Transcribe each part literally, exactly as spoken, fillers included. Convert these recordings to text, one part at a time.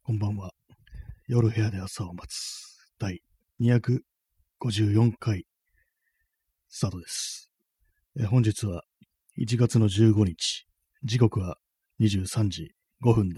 こんばんは。夜部屋で朝を待つ。第にひゃくごじゅうよんかいスタートです。え本日はいちがつのじゅうごにち。時刻はにじゅうさんじごふんです。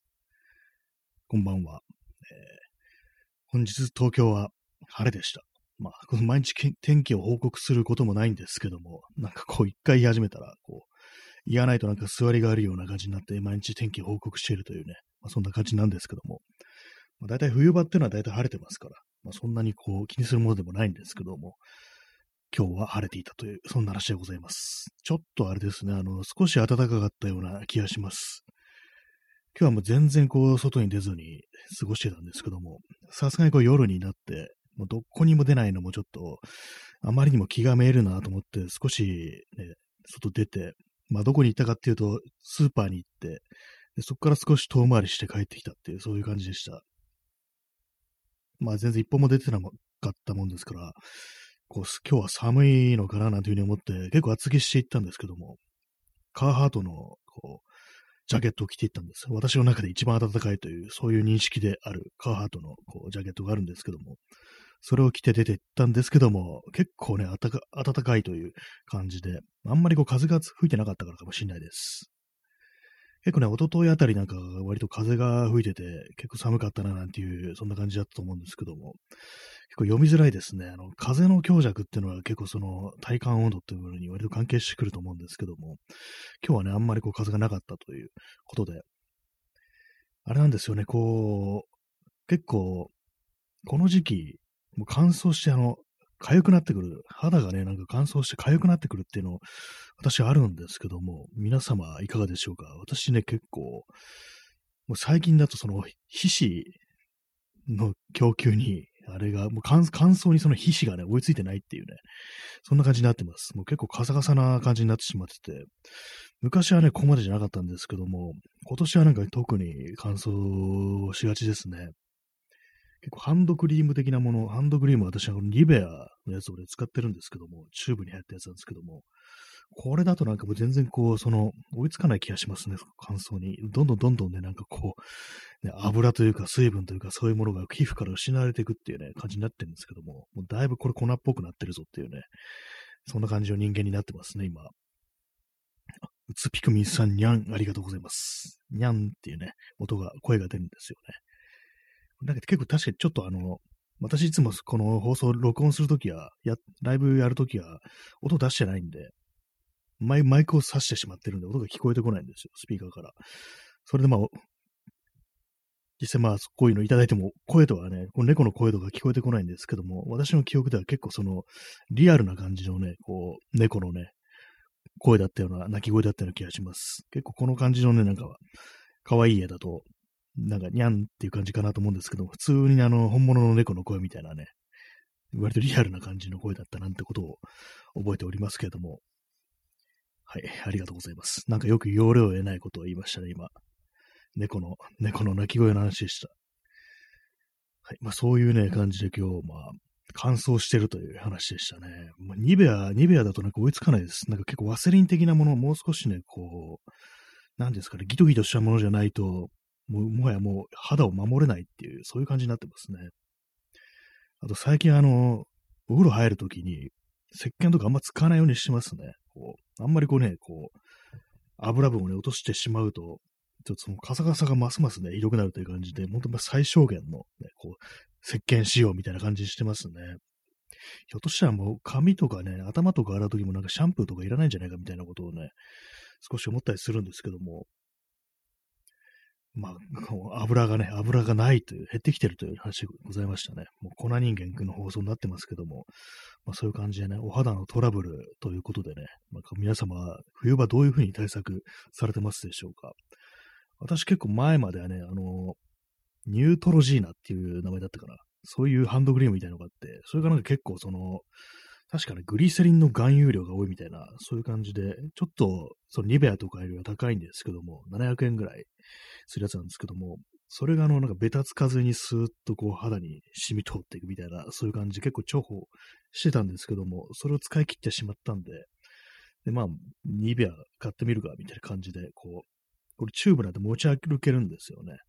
こんばんは。えー本日東京は晴れでした。まあ、この毎日け天気を報告することもないんですけども、なんかこう一回言い始めたら、こう、言わないとなんか座りがあるような感じになって、毎日天気を報告しているというね、まあ、そんな感じなんですけども、まあ、大体冬場っていうのは大体晴れてますから、まあ、そんなにこう気にするものでもないんですけども、今日は晴れていたという、そんな話でございます。ちょっとあれですね、あの、少し暖かかったような気がします。今日はもう全然こう、外に出ずに過ごしてたんですけども、さすがにこう夜になって、もうどこにも出ないのもちょっと、あまりにも気がめいるなと思って、少しね、外出て、まあどこに行ったかっていうと、スーパーに行って、でそこから少し遠回りして帰ってきたっていう、そういう感じでした。まあ全然一歩も出てなかったもんですから、こう今日は寒いのかななんていうふうに思って、結構厚着していったんですけども、カーハートのこうジャケットを着ていったんです。私の中で一番暖かいという、そういう認識であるカーハートのこうジャケットがあるんですけども、それを着て出て行ったんですけども、結構ね、暖か暖かいという感じで、あんまりこう風が吹いてなかったからかもしれないです。結構ね、一昨日あたりなんか割と風が吹いてて、結構寒かったななんていう、そんな感じだったと思うんですけども、結構読みづらいですね。あの、風の強弱っていうのは結構その体感温度っていうものに割と関係してくると思うんですけども、今日はね、あんまりこう風がなかったということで、あれなんですよね、こう、結構、この時期、もう乾燥してあの、痒くなってくる。肌がね、なんか乾燥して痒くなってくるっていうの、私あるんですけども、皆様いかがでしょうか？私ね、結構、もう最近だとその皮脂の供給に、あれが、もう乾乾燥にその皮脂がね、追いついてないっていうね、そんな感じになってます。もう結構カサカサな感じになってしまってて、昔はね、ここまでじゃなかったんですけども、今年はなんか特に乾燥しがちですね。結構ハンドクリーム的なもの、ハンドクリームは私はこのニベアのやつをね、使ってるんですけども、チューブに入ったやつなんですけども、これだとなんかもう全然こう、その、追いつかない気がしますね、乾燥に。どんどんどんどんね、なんかこう、ね、油というか水分というかそういうものが皮膚から失われていくっていうね、感じになってるんですけども、もうだいぶこれ粉っぽくなってるぞっていうね、そんな感じの人間になってますね、今。うつぴくみさん、にゃん、ありがとうございます。にゃんっていうね、音が、声が出るんですよね。なんか結構確かにちょっとあの、私いつもこの放送録音するときは、や、ライブやるときは、音出してないんで、マイマイクを挿してしまってるんで、音が聞こえてこないんですよ、スピーカーから。それでまあ、実際まあ、こういうのいただいても、声とはね、この猫の声とか聞こえてこないんですけども、私の記憶では結構その、リアルな感じのね、こう、猫のね、声だったような、鳴き声だったような気がします。結構この感じのね、なんか、可愛い絵だと、なんか、にゃんっていう感じかなと思うんですけど、普通にあの、本物の猫の声みたいなね、割とリアルな感じの声だったなんてことを覚えておりますけれども、はい、ありがとうございます。なんかよく要領を得ないことを言いましたね、今。猫の、猫の鳴き声の話でした。はい。まあそういうね、感じで今日、まあ、乾燥してるという話でしたね。まあ、ニベア、ニベアだとなんか追いつかないです。なんか結構ワセリン的なものをもう少しね、こう、なんですかね、ギトギトしたものじゃないと、もう、もはやもう肌を守れないっていう、そういう感じになってますね。あと最近あの、お風呂入るときに、石鹸とかあんま使わないようにしてますね。こう、あんまりこうね、こう、油分をね、落としてしまうと、ちょっとそのカサカサがますますね、ひどくなるという感じで、本当に最小限の、ね、こう、石鹸使用みたいな感じにしてますね。ひょっとしたらもう髪とかね、頭とか洗うときもなんかシャンプーとかいらないんじゃないかみたいなことをね、少し思ったりするんですけども、まあ、こう油がね、油がないという、減ってきてるという話がございましたね。もう粉人間の放送になってますけども、まあ、そういう感じでね、お肌のトラブルということでね、まあ、皆様は冬場どういうふうに対策されてますでしょうか？私結構前まではね、あの、ニュートロジーナっていう名前だったかな。そういうハンドクリームみたいなのがあって、それがなんか結構その、確かね、グリセリンの含有量が多いみたいな、そういう感じで、ちょっと、そのニベアとかよりは高いんですけども、ななひゃくえんぐらいするやつなんですけども、それがあの、なんかベタつかずにスーッとこう肌に染み通っていくみたいな、そういう感じで結構重宝してたんですけども、それを使い切ってしまったんで、で、まあ、ニベア買ってみるか、みたいな感じで、こう、これチューブなんて持ち歩けるんですよね。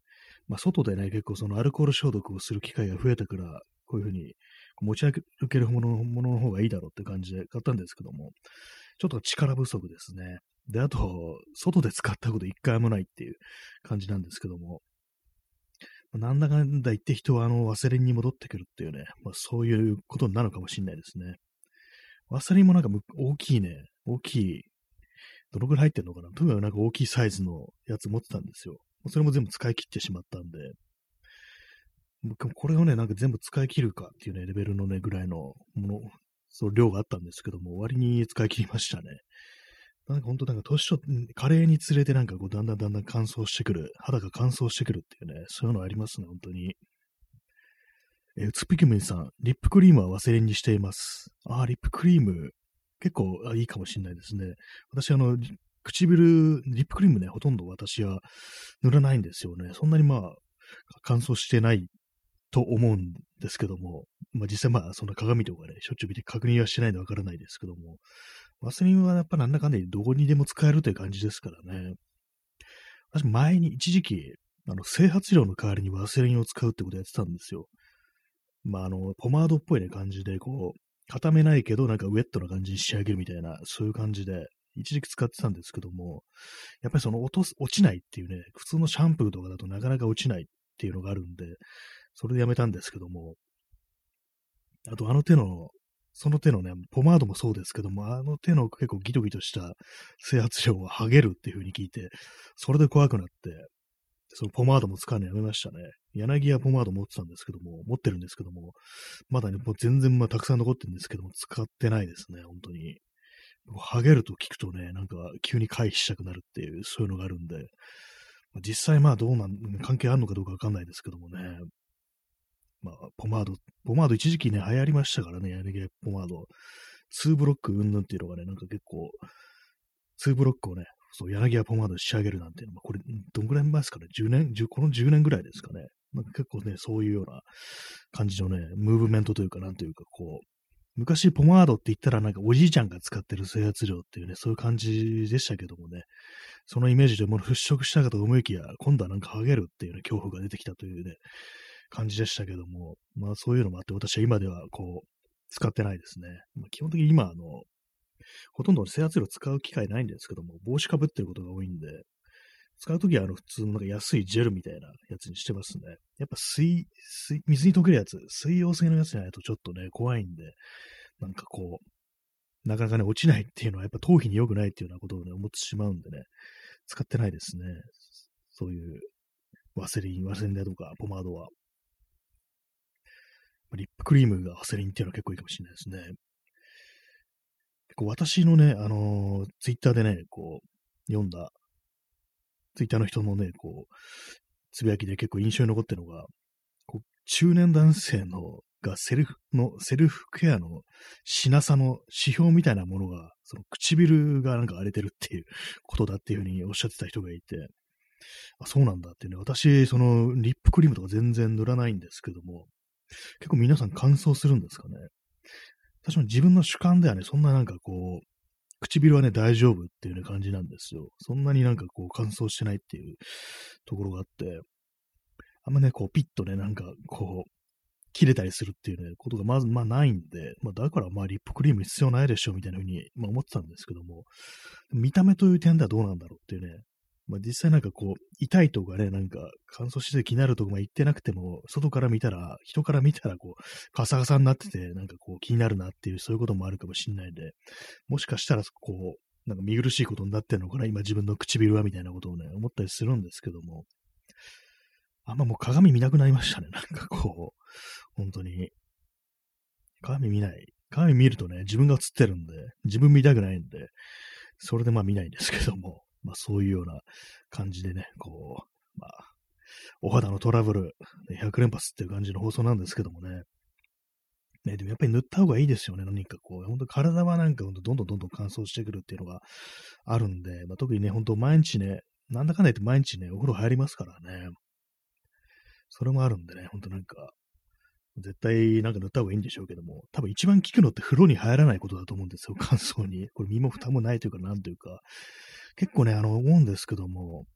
まあ、外でね、結構そのアルコール消毒をする機会が増えたから、こういうふうに持ち歩けるものものの方がいいだろうって感じで買ったんですけども、ちょっと力不足ですね。で、あと、外で使ったこと一回もないっていう感じなんですけども、なんだかんだ言って人はあのワセリンに戻ってくるっていうね、まあ、そういうことになるかもしれないですね。ワセリンもなんかむ大きいね、大きい、どのくらい入ってんのかな、とにかくなんか大きいサイズのやつ持ってたんですよ。それも全部使い切ってしまったんで、もうこれをね、なんか全部使い切るかっていうね、レベルのね、ぐらいのもの、そう量があったんですけども、割に使い切りましたね。なんか本当なんか年と、加齢につれてなんかこうだんだんだんだん乾燥してくる、肌が乾燥してくるっていうね、そういうのありますね、本当に。えー、つぴきむいさん、リップクリームはワセリンにしています。ああ、リップクリーム、結構あいいかもしれないですね。私、あの、唇、リップクリームね、ほとんど私は塗らないんですよね。そんなにまあ、乾燥してないと思うんですけども、まあ実際まあ、そんな鏡とかね、しょっちゅう見て確認はしてないんでわからないですけども、ワセリンはやっぱなんだかんだでどこにでも使えるという感じですからね。私前に一時期、あの、整髪料の代わりにワセリンを使うってことをやってたんですよ。まあ、あの、ポマードっぽいね、感じで、こう、固めないけど、なんかウェットな感じに仕上げるみたいな、そういう感じで、一時期使ってたんですけども、やっぱりその落とす、落ちないっていうね、普通のシャンプーとかだとなかなか落ちないっていうのがあるんで、それでやめたんですけども、あとあの手の、その手のね、ポマードもそうですけども、あの手の結構ギトギトした整髪料は剥げるっていう風に聞いて、それで怖くなって、そのポマードも使うのやめましたね。柳屋ポマード持ってたんですけども、持ってるんですけども、まだね、もう全然まあたくさん残ってるんですけども、使ってないですね、本当に。剥げると聞くとね、なんか急に回避したくなるっていう、そういうのがあるんで、まあ、実際まあどうなん、関係あるのかどうかわかんないですけどもね。まあ、ポマード、ポマード一時期ね、流行りましたからね、柳屋ポマード。ツーブロックうんぬんっていうのがね、なんか結構、ツーブロックをね、そう、柳屋ポマードで仕上げるなんていうのも、これ、どんぐらい前ですかね ?じゅう 年、じゅうこのじゅうねんぐらいですかね。なんか結構ね、そういうような感じのね、ムーブメントというか、なんというか、こう、昔ポマードって言ったらなんかおじいちゃんが使ってる整髪料っていうね、そういう感じでしたけどもね、そのイメージでもう払拭したかと思いきや、今度はなんかハゲるっていうね、恐怖が出てきたというね、感じでしたけども、まあそういうのもあって、私は今ではこう、使ってないですね。まあ、基本的に今、あの、ほとんど整髪料使う機会ないんですけども、帽子かぶってることが多いんで、使うときはあの普通のなんか安いジェルみたいなやつにしてますね。やっぱ水、水、水に溶けるやつ、水溶性のやつじゃないとちょっとね、怖いんで、なんかこう、なかなかね、落ちないっていうのはやっぱ頭皮に良くないっていうようなことをね、思ってしまうんでね、使ってないですね。そういうワセリン、ワセリンだとか、ポマードは。リップクリームがワセリンっていうのは結構いいかもしれないですね。結構私のね、あのー、ツイッターでね、こう、読んだ、ツイッターの人のね、こう、つぶやきで結構印象に残ってるのが、こう中年男性のがセルフの、セルフケアのしなさの指標みたいなものが、その唇がなんか荒れてるっていうことだっていうふうにおっしゃってた人がいて、あ、そうなんだっていうね、私、そのリップクリームとか全然塗らないんですけども、結構皆さん乾燥するんですかね。確かに自分の主観ではね、そんななんかこう、唇はね、大丈夫っていうね、感じなんですよ。そんなになんかこう、乾燥してないっていうところがあって、あんまね、こう、ピッとね、なんかこう、切れたりするっていうね、ことがまず、まあないんで、まあだからまあリップクリーム必要ないでしょみたいな風に、まあ思ってたんですけども、見た目という点ではどうなんだろうっていうね、まあ実際なんかこう、痛いとかね、なんか乾燥してて気になるとこまで行ってなくても、外から見たら、人から見たらこう、カサカサになってて、なんかこう気になるなっていう、そういうこともあるかもしれないんで、もしかしたらこう、なんか見苦しいことになってるのかな、今自分の唇はみたいなことをね、思ったりするんですけども、あんまもう鏡見なくなりましたね。なんかこう、本当に。鏡見ない。鏡見るとね、自分が映ってるんで、自分見たくないんで、それでまあ見ないんですけども、まあそういうような感じでね、こう、まあ、お肌のトラブル、ひゃく連発っていう感じの放送なんですけどもね。ね、でもやっぱり塗った方がいいですよね。何かこう、本当体はなんかどんどんどんどん乾燥してくるっていうのがあるんで、まあ、特にね、本当毎日ね、なんだかんだ言って毎日ね、お風呂入りますからね。それもあるんでね、ほんとなんか、絶対なんか塗った方がいいんでしょうけども、多分一番効くのって風呂に入らないことだと思うんですよ、乾燥に。これ身も蓋もないというか、なんというか、結構ね、あの、思うんですけども、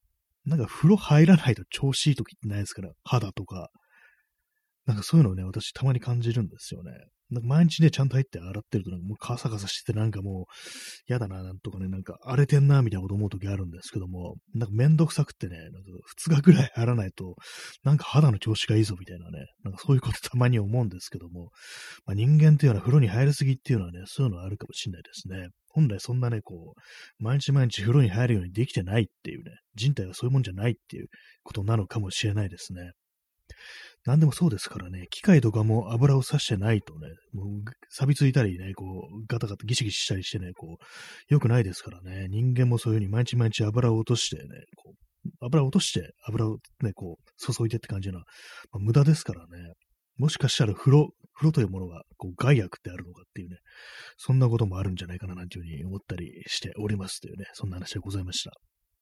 なんか風呂入らないと調子いい時ってないですから、肌とか。なんかそういうのをね、私たまに感じるんですよね。なんか毎日ね、ちゃんと入って洗ってると、なんかもうカサカサしてなんかもう、やだな、なんとかね、なんか荒れてんな、みたいなこと思う時あるんですけども、なんかめんどくさくってね、なんかふつかぐらい入らないと、なんか肌の調子がいいぞ、みたいなね、なんかそういうことたまに思うんですけども、まあ、人間っていうのは風呂に入りすぎっていうのはね、そういうのはあるかもしれないですね。本来そんなね、こう、毎日毎日風呂に入るようにできてないっていうね、人体はそういうもんじゃないっていうことなのかもしれないですね。なんでもそうですからね、機械とかも油をさしてないとね、もう錆びついたりね、こう、ガタガタギシギシしたりしてね、こう、良くないですからね、人間もそういう風に毎日毎日油を落としてね、こう、油を落として油をね、こう、注いでって感じな、まあ、無駄ですからね、もしかしたら風呂、風呂というものが、こう、害悪ってあるのかっていうね、そんなこともあるんじゃないかな、なんていう風に思ったりしておりますというね、そんな話でございました。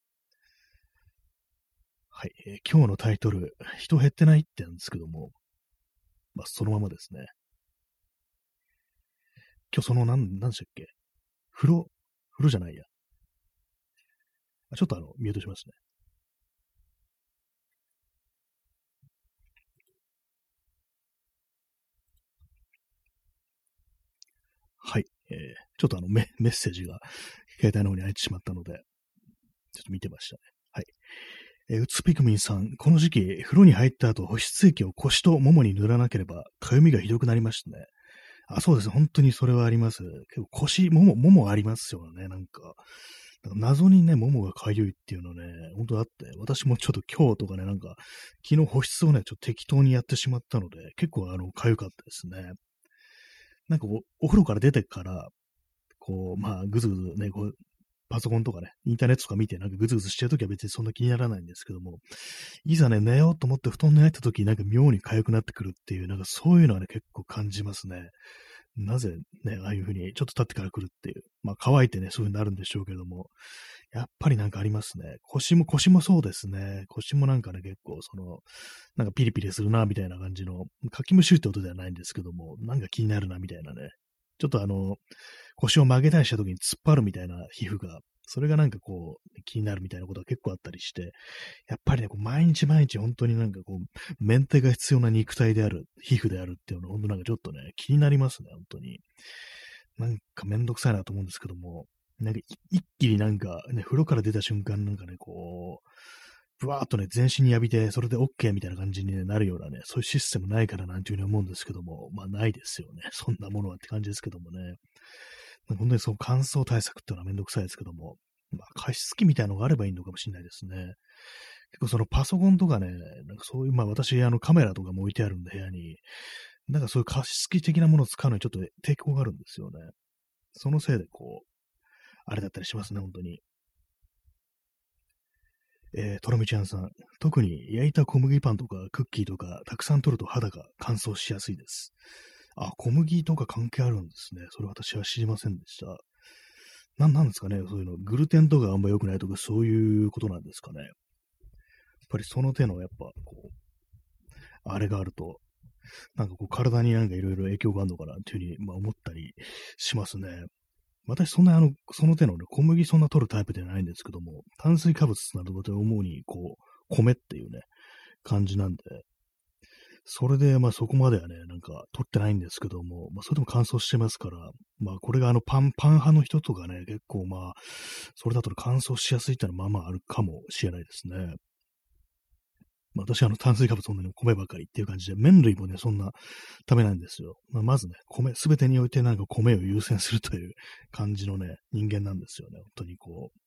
はい、えー今日のタイトル、人減ってないってなんですけども、まあ、そのままですね。今日その、なん、なんでしたっけ風呂、風呂じゃないや。あちょっとあの、ミュートしますね。はい。えー、ちょっとあのメ、メッセージが携帯の方に入ってしまったので、ちょっと見てましたね。はい。えー、うつピクミンさん、この時期、風呂に入った後、保湿液を腰とももに塗らなければ、かゆみがひどくなりましたね。あ、そうです。本当にそれはあります。結構腰、もも、ももありますよね。なんか、なんか謎にね、ももがかゆいっていうのね、本当あって、私もちょっと今日とかね、なんか、昨日保湿をね、ちょっと適当にやってしまったので、結構あの、かゆかったですね。なんかお、お風呂から出てから、こう、まあ、ぐずぐずね、こう、パソコンとかね、インターネットとか見て、なんかぐずぐずしてるときは別にそんな気にならないんですけども、いざね、寝ようと思って布団に入ったとき、なんか妙に痒くなってくるっていう、なんかそういうのはね、結構感じますね。なぜね、ああいう風にちょっと経ってから来るっていう。まあ乾いてね、そういう風になるんでしょうけども、やっぱりなんかありますね。腰も、腰もそうですね。腰もなんかね、結構その、なんかピリピリするな、みたいな感じの、かきむしるってことではないんですけども、なんか気になるな、みたいなね。ちょっとあの、腰を曲げたりした時に突っ張るみたいな皮膚が、それがなんかこう、気になるみたいなことが結構あったりして、やっぱりね、こう毎日毎日本当になんかこう、メンテが必要な肉体である、皮膚であるっていうのは本当なんかちょっとね、気になりますね、本当に。なんかめんどくさいなと思うんですけども、なんか一気になんかね、風呂から出た瞬間なんかね、こう、ぶわーっとね、全身に浴びて、それで OK みたいな感じに、ね、なるようなね、そういうシステムないからなんていうふうに思うんですけども、まあないですよね。そんなものはって感じですけどもね。本当にそう乾燥対策っていうのはめんどくさいですけども、まあ加湿器みたいなのがあればいいのかもしれないですね。結構そのパソコンとかね、なんかそういう、まあ私、あのカメラとかも置いてあるんで部屋に、なんかそういう加湿器的なものを使うのにちょっと抵抗があるんですよね。そのせいでこう、あれだったりしますね、本当に。えー、とろみちゃんさん。特に焼いた小麦パンとかクッキーとかたくさん取ると肌が乾燥しやすいです。あ、小麦とか関係あるんですね。それ私は知りませんでした。なん、なんですかね、そういうの。グルテンとかあんま良くないとか、そういうことなんですかね。やっぱりその手の、やっぱ、こう、あれがあると、なんかこう、体になんかいろいろ影響があるのかなっていうふうに、まあ、思ったりしますね。私、そんな、あの、その手のね、小麦そんな取るタイプではないんですけども、炭水化物などで主に、こう、米っていうね、感じなんで、それで、まあそこまではね、なんか取ってないんですけども、まあそれでも乾燥してますから、まあこれがあのパン、パン派の人とかね、結構まあ、それだと乾燥しやすいってのはまあまああるかもしれないですね。まあ私はあの炭水化物そんなに米ばかりっていう感じで、麺類もね、そんな食べないんですよ。まあまずね、米、すべてにおいてなんか米を優先するという感じのね、人間なんですよね。本当にこう。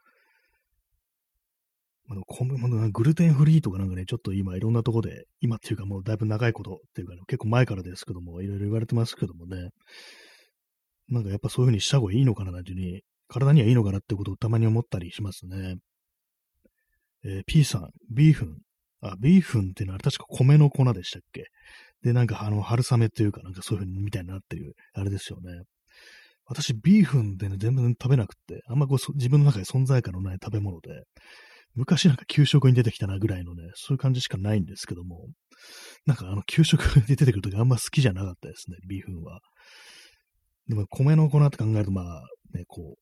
あの、米ものグルテンフリーとかなんかね、ちょっと今いろんなとこで、今っていうかもうだいぶ長いことっていうか、ね、結構前からですけども、いろいろ言われてますけどもね、なんかやっぱそういう風にした方がいいのかななんていうふうに、体にはいいのかなってことをたまに思ったりしますね。えー、P さん、ビーフン。あ、ビーフンっていうのは確か米の粉でしたっけ？で、なんかあの、春雨っていうか、なんかそういう風にみたいになってる、あれですよね。私、ビーフンでね、全然食べなくって、あんまこうそ自分の中で存在感のない食べ物で、昔なんか給食に出てきたなぐらいのね、そういう感じしかないんですけども、なんかあの、給食で出てくるときあんま好きじゃなかったですね、ビーフンは。でも、米の粉って考えると、まあ、ね、こう、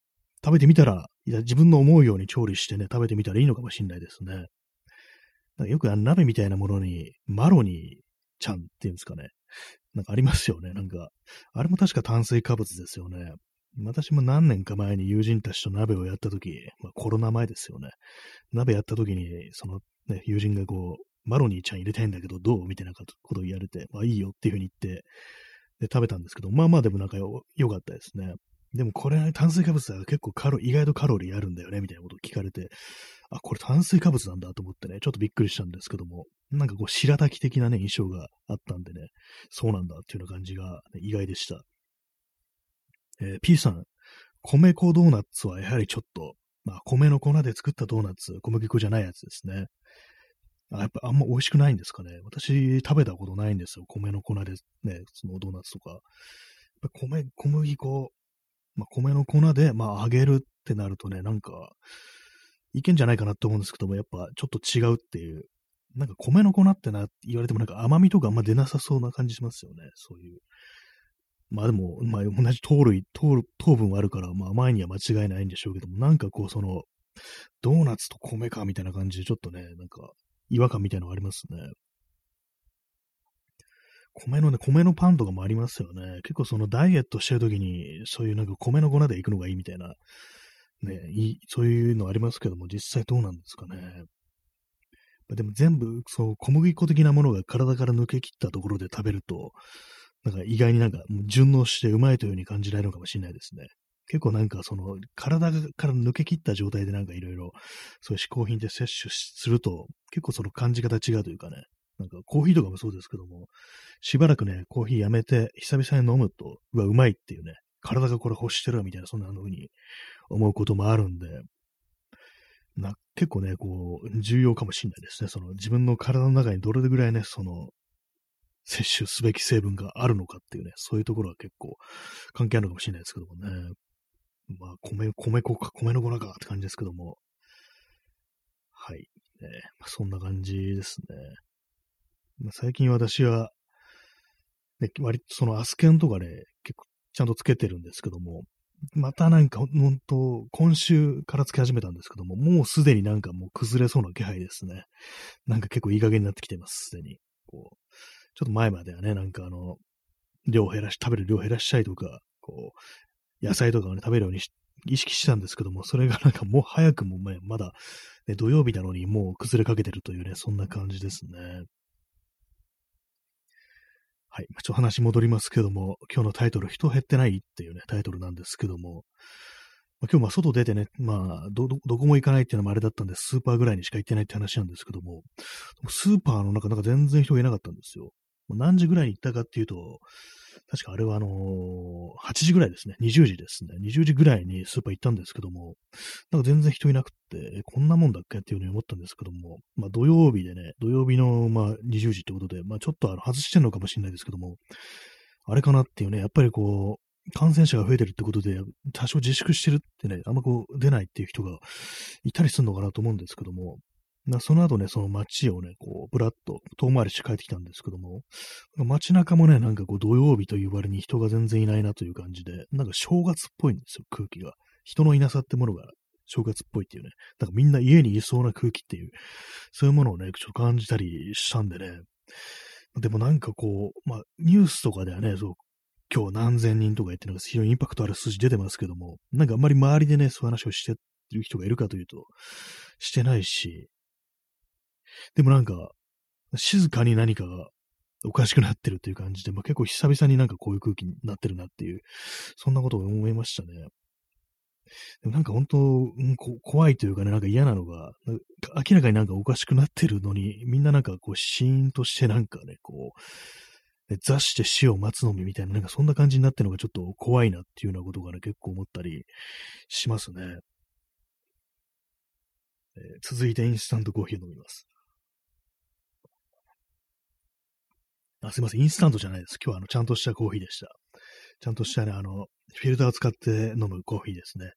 食べてみたら、いや、自分の思うように調理してね、食べてみたらいいのかもしれないですね。なんかよくあの鍋みたいなものに、マロニーちゃんっていうんですかね。なんかありますよね。なんか、あれも確か炭水化物ですよね。私も何年か前に友人たちと鍋をやったとき、まあコロナ前ですよね。鍋やったときに、そのね、友人がこう、マロニーちゃん入れたいんだけど、どうみたいなことを言われて、まあいいよっていうふうに言って、で、食べたんですけど、まあまあでもなんかよ、良かったですね。でもこれ、炭水化物は結構カロ、意外とカロリーあるんだよね、みたいなことを聞かれて、あ、これ炭水化物なんだと思ってね、ちょっとびっくりしたんですけども、なんかこう、白滝的なね、印象があったんでね、そうなんだっていうような感じが、ね、意外でした。えー P さん、米粉ドーナツはやはりちょっと、まあ、米の粉で作ったドーナツ、小麦粉じゃないやつですね。あ、やっぱあんま美味しくないんですかね。私、食べたことないんですよ。米の粉でね、そのドーナツとか。やっぱ米、小麦粉、まあ、米の粉で、まあ、揚げるってなるとね、なんか、いけんじゃないかなって思うんですけども、やっぱちょっと違うっていう。なんか米の粉ってな、言われてもなんか甘みとかあんま出なさそうな感じしますよね。そういう。まあでも、まあ同じ糖類、糖、糖分はあるから、まあ甘いには間違いないんでしょうけども、なんかこうその、ドーナツと米かみたいな感じでちょっとね、なんか違和感みたいなのがありますね。米のね、米のパンとかもありますよね。結構そのダイエットしてるときに、そういうなんか米の粉で行くのがいいみたいな、ね、いい、そういうのありますけども、実際どうなんですかね。でも全部、そう、小麦粉的なものが体から抜け切ったところで食べると、なんか意外になんか順応してうまいという風に感じられるのかもしれないですね。結構なんかその体から抜け切った状態でなんかいろいろそういう嗜好品で摂取すると結構その感じ方違うというかね、なんかコーヒーとかもそうですけども、しばらくね、コーヒーやめて久々に飲むと、うわ、うまいっていうね、体がこれ欲してるみたいなそんな風に思うこともあるんで、な結構ね、こう、重要かもしれないですね。その自分の体の中にどれぐらいね、その摂取すべき成分があるのかっていうね、そういうところは結構関係あるのかもしれないですけどもね。まあ、米、米粉か、米の粉かって感じですけども。はい。ね、まあ、そんな感じですね。まあ、最近私は、ね、割とそのアスケンとかね、結構ちゃんとつけてるんですけども、またなんか、本当今週からつけ始めたんですけども、もうすでになんかもう崩れそうな気配ですね。なんか結構いい加減になってきてます、すでに。こう、ちょっと前まではね、なんかあの、量を減らし、食べる量を減らしたいとか、こう、野菜とかをね、食べるようにし意識してたんですけども、それがなんかもう早くもね、まだ、ね、土曜日なのにもう崩れかけてるというね、そんな感じですね。はい。ちょっと話戻りますけども、今日のタイトル、人減ってないっていうね、タイトルなんですけども、まあ、今日まあ外出てね、まあど、ど、どこも行かないっていうのもあれだったんで、スーパーぐらいにしか行ってないって話なんですけども、スーパーの中、なんか全然人がいなかったんですよ。もう何時ぐらいに行ったかっていうと、確かあれはあのー、はちじぐらいですね。にじゅうじですね。にじゅうじぐらいにスーパー行ったんですけども、なんか全然人いなくって、えこんなもんだっけっていうふうに思ったんですけども、まあ土曜日でね、土曜日のまあにじゅうじってことで、まあちょっとあの外してんのかもしれないですけども、あれかなっていうね、やっぱりこう、感染者が増えてるってことで、多少自粛してるってね、あんまこう出ないっていう人がいたりするのかなと思うんですけども、なその後ね、その街をね、こう、ぶらっと遠回りして帰ってきたんですけども、街中もね、なんかこう、土曜日という割に人が全然いないなという感じで、なんか正月っぽいんですよ、空気が。人のいなさってものが正月っぽいっていうね、なんかみんな家にいそうな空気っていう、そういうものをね、ちょっと感じたりしたんでね。でもなんかこう、まあ、ニュースとかではね、そう、今日何千人とか言ってなんか非常にインパクトある数字出てますけども、なんかあんまり周りでね、そういう話をしてる人がいるかというと、してないし、でもなんか、静かに何かがおかしくなってるっていう感じで、まあ、結構久々になんかこういう空気になってるなっていう、そんなことを思いましたね。でもなんか本当、うん、こ怖いというかね、なんか嫌なのが、明らかになんかおかしくなってるのに、みんななんかこう、シーンとしてなんかね、こう、座して死を待つのみみたいな、なんかそんな感じになってるのがちょっと怖いなっていうようなことがね、結構思ったりしますね。えー続いてインスタントコーヒーを飲みます。あ、すいません、インスタントじゃないです。今日はあの、ちゃんとしたコーヒーでした。ちゃんとしたね、あの、フィルターを使って飲むコーヒーですね。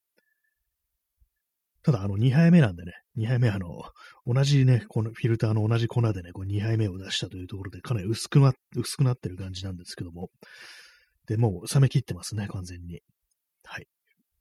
ただ、あの、にはいめなんでね、にはいめあの、同じね、このフィルターの同じ粉でね、こうにはいめを出したというところで、かなり薄くな、薄くなってる感じなんですけども、で、もう冷め切ってますね、完全に。はい。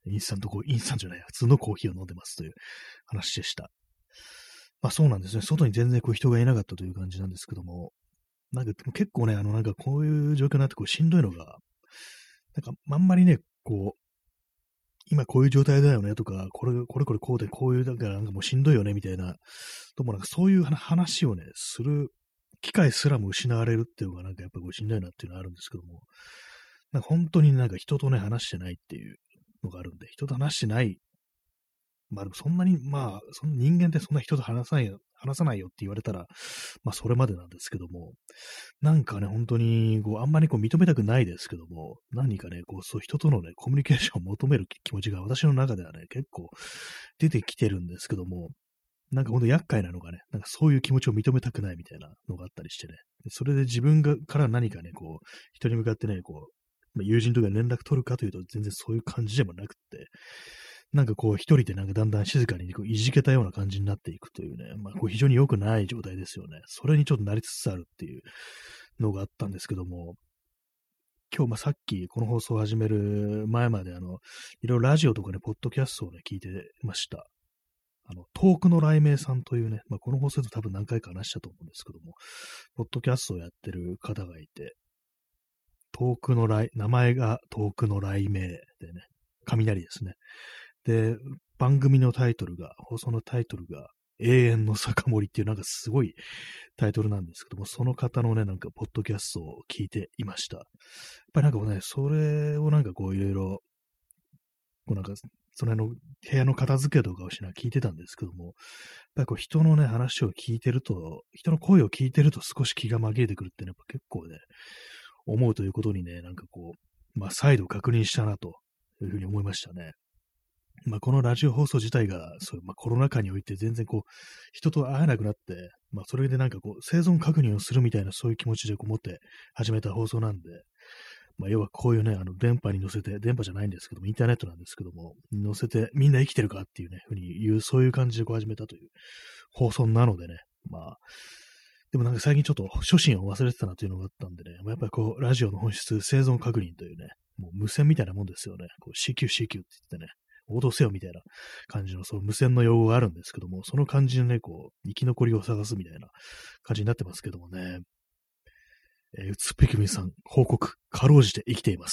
インスタントコーヒー、インスタントじゃない、普通のコーヒーを飲んでますという話でした。まあそうなんですね。外に全然こう人がいなかったという感じなんですけども、なんか結構ね、あのなんかこういう状況になってこうしんどいのが、なんかあんまりね、こう、今こういう状態だよねとか、これ、これこれこうでこういう、だからなんかもうしんどいよねみたいな、ともなんかそういう話をね、する機会すらも失われるっていうのがなんかやっぱこうしんどいなっていうのはあるんですけども、なんか本当になんか人とね、話してないっていうのがあるんで、人と話してない。まあでもそんなに、まあ、その人間ってそんな人と話さないよ、話さないよって言われたら、まあそれまでなんですけども、なんかね、本当に、こう、あんまりこう認めたくないですけども、何かね、こう、そう人とのね、コミュニケーションを求める気持ちが私の中ではね、結構出てきてるんですけども、なんかほんと厄介なのがね、なんかそういう気持ちを認めたくないみたいなのがあったりしてね、でそれで自分がから何かね、こう、人に向かってね、こう、まあ、友人とかに連絡取るかというと、全然そういう感じでもなくって、なんかこう、一人でなんかだんだん静かにこういじけたような感じになっていくというね、まあ、こう非常に良くない状態ですよね。それにちょっとなりつつあるっていうのがあったんですけども、今日、まあ、さっきこの放送を始める前まで、あの、いろいろラジオとかね、ポッドキャストをね、聞いてました。あの、遠くの雷鳴さんというね、まあ、この放送で多分何回か話したと思うんですけども、ポッドキャストをやってる方がいて、遠くの雷、名前が遠くの雷鳴でね、雷ですね。で、番組のタイトルが、放送のタイトルが、永遠の酒盛りっていうなんかすごいタイトルなんですけども、その方のね、なんか、ポッドキャストを聞いていました。やっぱりなんかこうね、それをなんかこういろいろ、こうなんか、その辺の部屋の片付けとかをしながら聞いてたんですけども、やっぱりこう人のね、話を聞いてると、人の声を聞いてると少し気が紛れてくるってね、やっぱ結構ね、思うということにね、なんかこう、まあ再度確認したなというふうに思いましたね。まあ、このラジオ放送自体が、そう、まあ、コロナ禍において全然こう、人と会えなくなって、まあ、それでなんかこう、生存確認をするみたいな、そういう気持ちでこう持って始めた放送なんで、まあ、要はこういうね、あの、電波に乗せて、電波じゃないんですけども、インターネットなんですけども、乗せて、みんな生きてるかっていうね、ふうに言う、そういう感じでこう始めたという放送なのでね、まあ、でもなんか最近ちょっと初心を忘れてたなというのがあったんでね、まあ、やっぱりこう、ラジオの本質、生存確認というね、もう無線みたいなもんですよね。こう シーキュー、シーキュー って言ってね、応答せよみたいな感じの、その無線の用語があるんですけども、その感じでね、こう、生き残りを探すみたいな感じになってますけどもね。えー、うつっぺきみさん、報告、かろうじて生きています。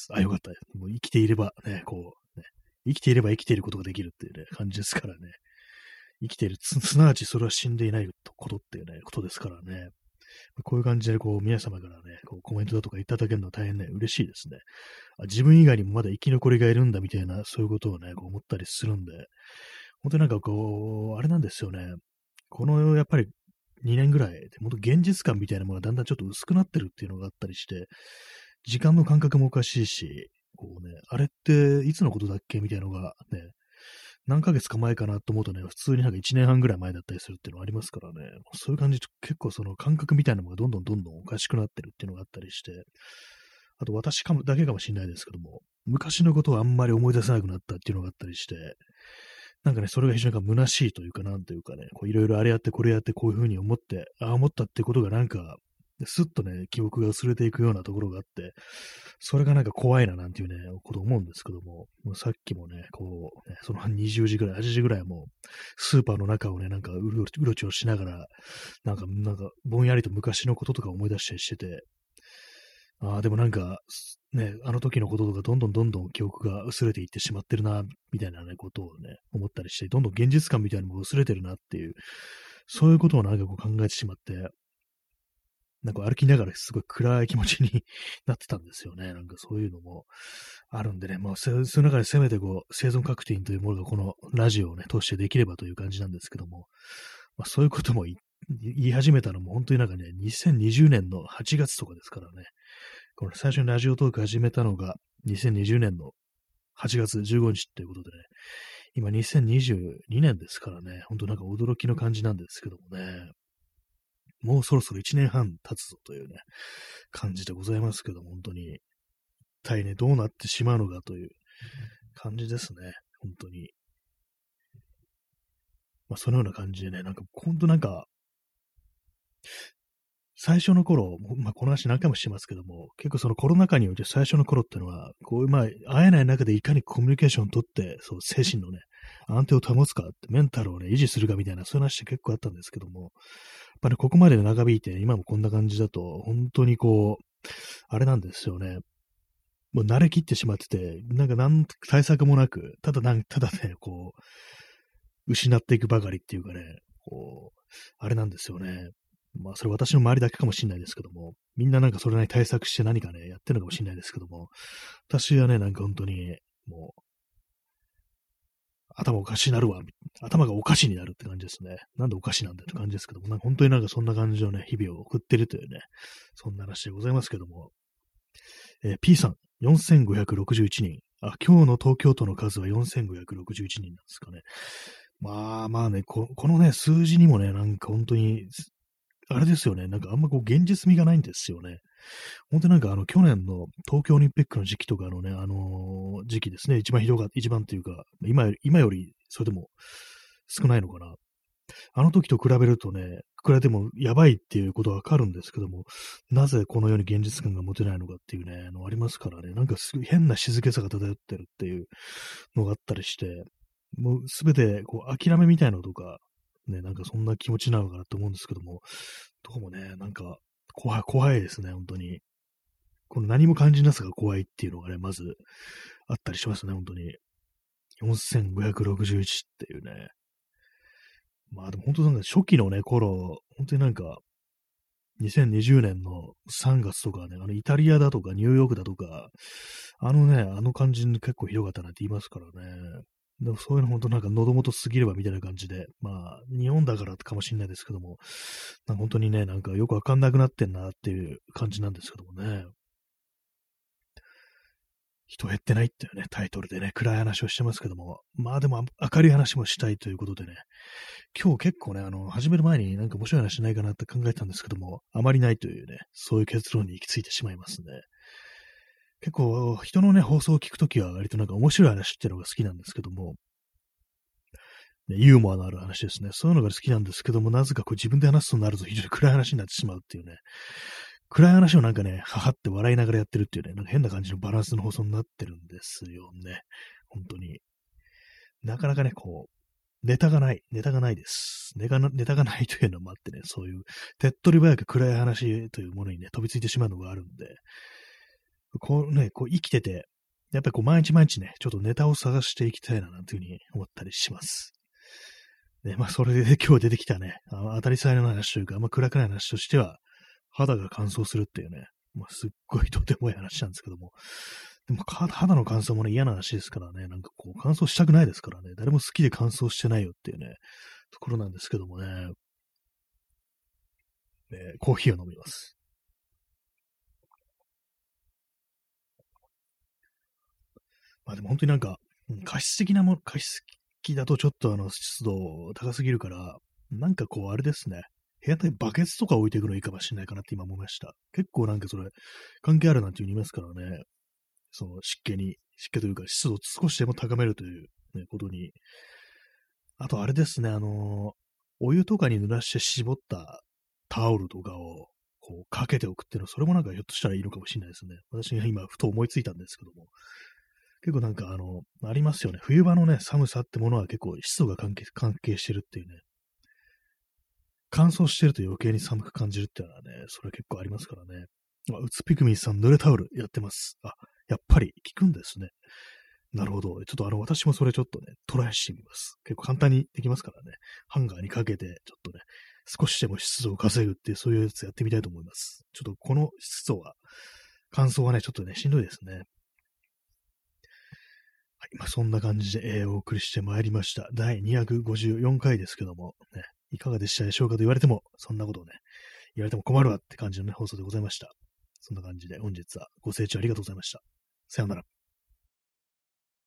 あ、よかった。もう生きていればね、こう、ね、生きていれば生きていることができるっていうね、感じですからね。生きている、す、すなわちそれは死んでいないことっていうね、ことですからね。こういう感じで、こう、皆様からね、こうコメントだとか言っていただけるのは大変ね、嬉しいですね。あ、自分以外にもまだ生き残りがいるんだみたいな、そういうことをね、こう思ったりするんで、本当になんかこう、あれなんですよね。この、やっぱりにねんぐらいで、本当現実感みたいなものがだんだんちょっと薄くなってるっていうのがあったりして、時間の感覚もおかしいし、こうね、あれっていつのことだっけみたいなのがね、何ヶ月か前かなと思うとね、普通になんかいちねんはんぐらい前だったりするっていうのがありますからね、そういう感じで結構その感覚みたいなのがどんどんどんどんおかしくなってるっていうのがあったりして、あと私かもだけかもしれないですけども、昔のことをあんまり思い出せなくなったっていうのがあったりして、なんかね、それが非常になんか虚しいというか、なんというかね、こういろいろあれやってこれやってこういうふうに思って、ああ思ったってことがなんか、スッとね、記憶が薄れていくようなところがあって、それがなんか怖いななんていうね、ことを思うんですけども、もうさっきもね、こう、ね、そのにじゅうじぐらい、はちじぐらいもう、スーパーの中をね、なんかうろうろちょろしながら、なんか、なんか、ぼんやりと昔のこととか思い出したりしてて、ああ、でもなんか、ね、あの時のこととかどんどんどんどん記憶が薄れていってしまってるな、みたいなね、ことをね、思ったりして、どんどん現実感みたいなのも薄れてるなっていう、そういうことをなんかこう考えてしまって、なんか歩きながらすごい暗い気持ちになってたんですよね。なんかそういうのもあるんでね、まあ、そその中でせめてこう、生存確認というものがこのラジオをね、通してできればという感じなんですけども、まあ、そういうことも言い始めたのも本当になんかね、にせんにじゅうねんのはちがつとかですからね、この最初にラジオトーク始めたのがにせんにじゅうねんのはちがつじゅうごにちということでね、今にせんにじゅうにねんですからね、本当なんか驚きの感じなんですけどもね、もうそろそろいちねんはん経つぞというね、感じでございますけども、本当に、一体ね、どうなってしまうのかという感じですね、本当に。まあ、そのような感じでね、なんか、本当なんか、 最初の頃、まあ、この話何回もしてますけども、結構そのコロナ禍において最初の頃っていうのは、こう、まあ、会えない中でいかにコミュニケーションを取って、そう、精神のね、安定を保つかって、メンタルをね、維持するかみたいな、そういう話って結構あったんですけども、やっぱりここまで長引いて、今もこんな感じだと、本当にこう、あれなんですよね。もう慣れきってしまってて、なんかなん対策もなく、ただなん、ただね、こう、失っていくばかりっていうかね、こう、あれなんですよね。まあ、それ私の周りだけかもしれないですけども、みんななんかそれなりに対策して何かね、やってるのかもしれないですけども、私はね、なんか本当に、もう、頭おかしになるわ、頭がおかしになるって感じですね。なんでおかしなんだって感じですけども、なんか本当になんかそんな感じのね、日々を送ってるというね、そんな話でございますけども、えー、P さん、よんせんごひゃくろくじゅういちにん。あ、今日の東京都の数はよんせんごひゃくろくじゅういちにんなんですかね。まあまあね、ここのね、数字にもね、なんか本当に、あれですよね、なんかあんまこう現実味がないんですよね。本当になんかあの去年の東京オリンピックの時期とかのね、あのー時期ですね、一番ひどかった、一番っていうか、今より、今よりそれでも少ないのかな。あの時と比べるとね、比べてもやばいっていうことはわかるんですけども、なぜこのように現実感が持てないのかっていうね、のありますからね、なんかすごい変な静けさが漂ってるっていうのがあったりして、もうすべてこう諦めみたいなのとか、ね、なんかそんな気持ちなのかなと思うんですけども、どうもね、なんか怖い、怖いですね、本当に。この何も感じなさが怖いっていうのがね、まずあったりしますね、本当に。よんせんごひゃくろくじゅういちっていうね。まあでも本当なんか初期のね、頃、本当になんか、にせんにじゅうねんのさんがつとかね、あのイタリアだとかニューヨークだとか、あのね、あの感じに結構ひどかったなって言いますからね。でもそういうの本当なんか喉元過ぎればみたいな感じで、まあ日本だからかもしれないですけども、なんか本当にね、なんかよくわかんなくなってんなっていう感じなんですけどもね。人減ってないっていうね、タイトルでね、暗い話をしてますけども、まあでも明るい話もしたいということでね、今日結構ね、あの、始める前になんか面白い話ないかなって考えたんですけども、あまりないというね、そういう結論に行き着いてしまいますね。結構、人のね、放送を聞くときは割となんか面白い話っていうのが好きなんですけども、ね、ユーモアのある話ですね。そういうのが好きなんですけども、なぜかこう自分で話すとなると非常に暗い話になってしまうっていうね、暗い話をなんかね、ははって笑いながらやってるっていうね、なんか変な感じのバランスの放送になってるんですよね。本当に。なかなかね、こう、ネタがない。ネタがないです。ネタがネタがないというのもあってね、そういう手っ取り早く暗い話というものにね、飛びついてしまうのがあるんで、こうね、こう生きてて、やっぱりこう毎日毎日ね、ちょっとネタを探していきたいななんていうふうに思ったりします。ね、まあそれで、ね、今日出てきたね、あの当たり障りのない話というか、あんま暗くない話としては、肌が乾燥するっていうね、まあ、すっごいとてもいい話なんですけども、でも肌の乾燥もね、嫌な話ですからね、なんかこう乾燥したくないですからね、誰も好きで乾燥してないよっていうね、ところなんですけどもね、ねコーヒーを飲みます。まあでも本当になんか、加湿的なもの、加湿器だとちょっとあの湿度高すぎるから、なんかこうあれですね、部屋にバケツとか置いていくのいいかもしれないかなって今思いました。結構なんかそれ関係あるなんていうふうに言いますからね、その湿気に、湿気というか湿度を少しでも高めるという、ね、ことに。あとあれですね、あのお湯とかに濡らして絞ったタオルとかをこうかけておくっていうのは、それもなんかひょっとしたらいいのかもしれないですね。私が今ふと思いついたんですけども。結構なんかあの、ありますよね。冬場のね、寒さってものは結構湿度が関係、関係してるっていうね。乾燥してると余計に寒く感じるっていうのはね、それ結構ありますからね。あ、うつピクミンさん、濡れタオルやってます。あ、やっぱり効くんですね。なるほど。ちょっとあの、私もそれちょっとね、トライしてみます。結構簡単にできますからね。ハンガーにかけて、ちょっとね、少しでも湿度を稼ぐっていう、そういうやつやってみたいと思います。ちょっとこの湿度は、乾燥はね、ちょっとね、しんどいですね。はい、まあ、そんな感じで、えーお送りしてまいりました。だいにひゃくごじゅうよんかいですけども、ね、いかがでしたでしょうかと言われても、そんなことをね、言われても困るわって感じのね、放送でございました。そんな感じで本日はご清聴ありがとうございました。さようなら。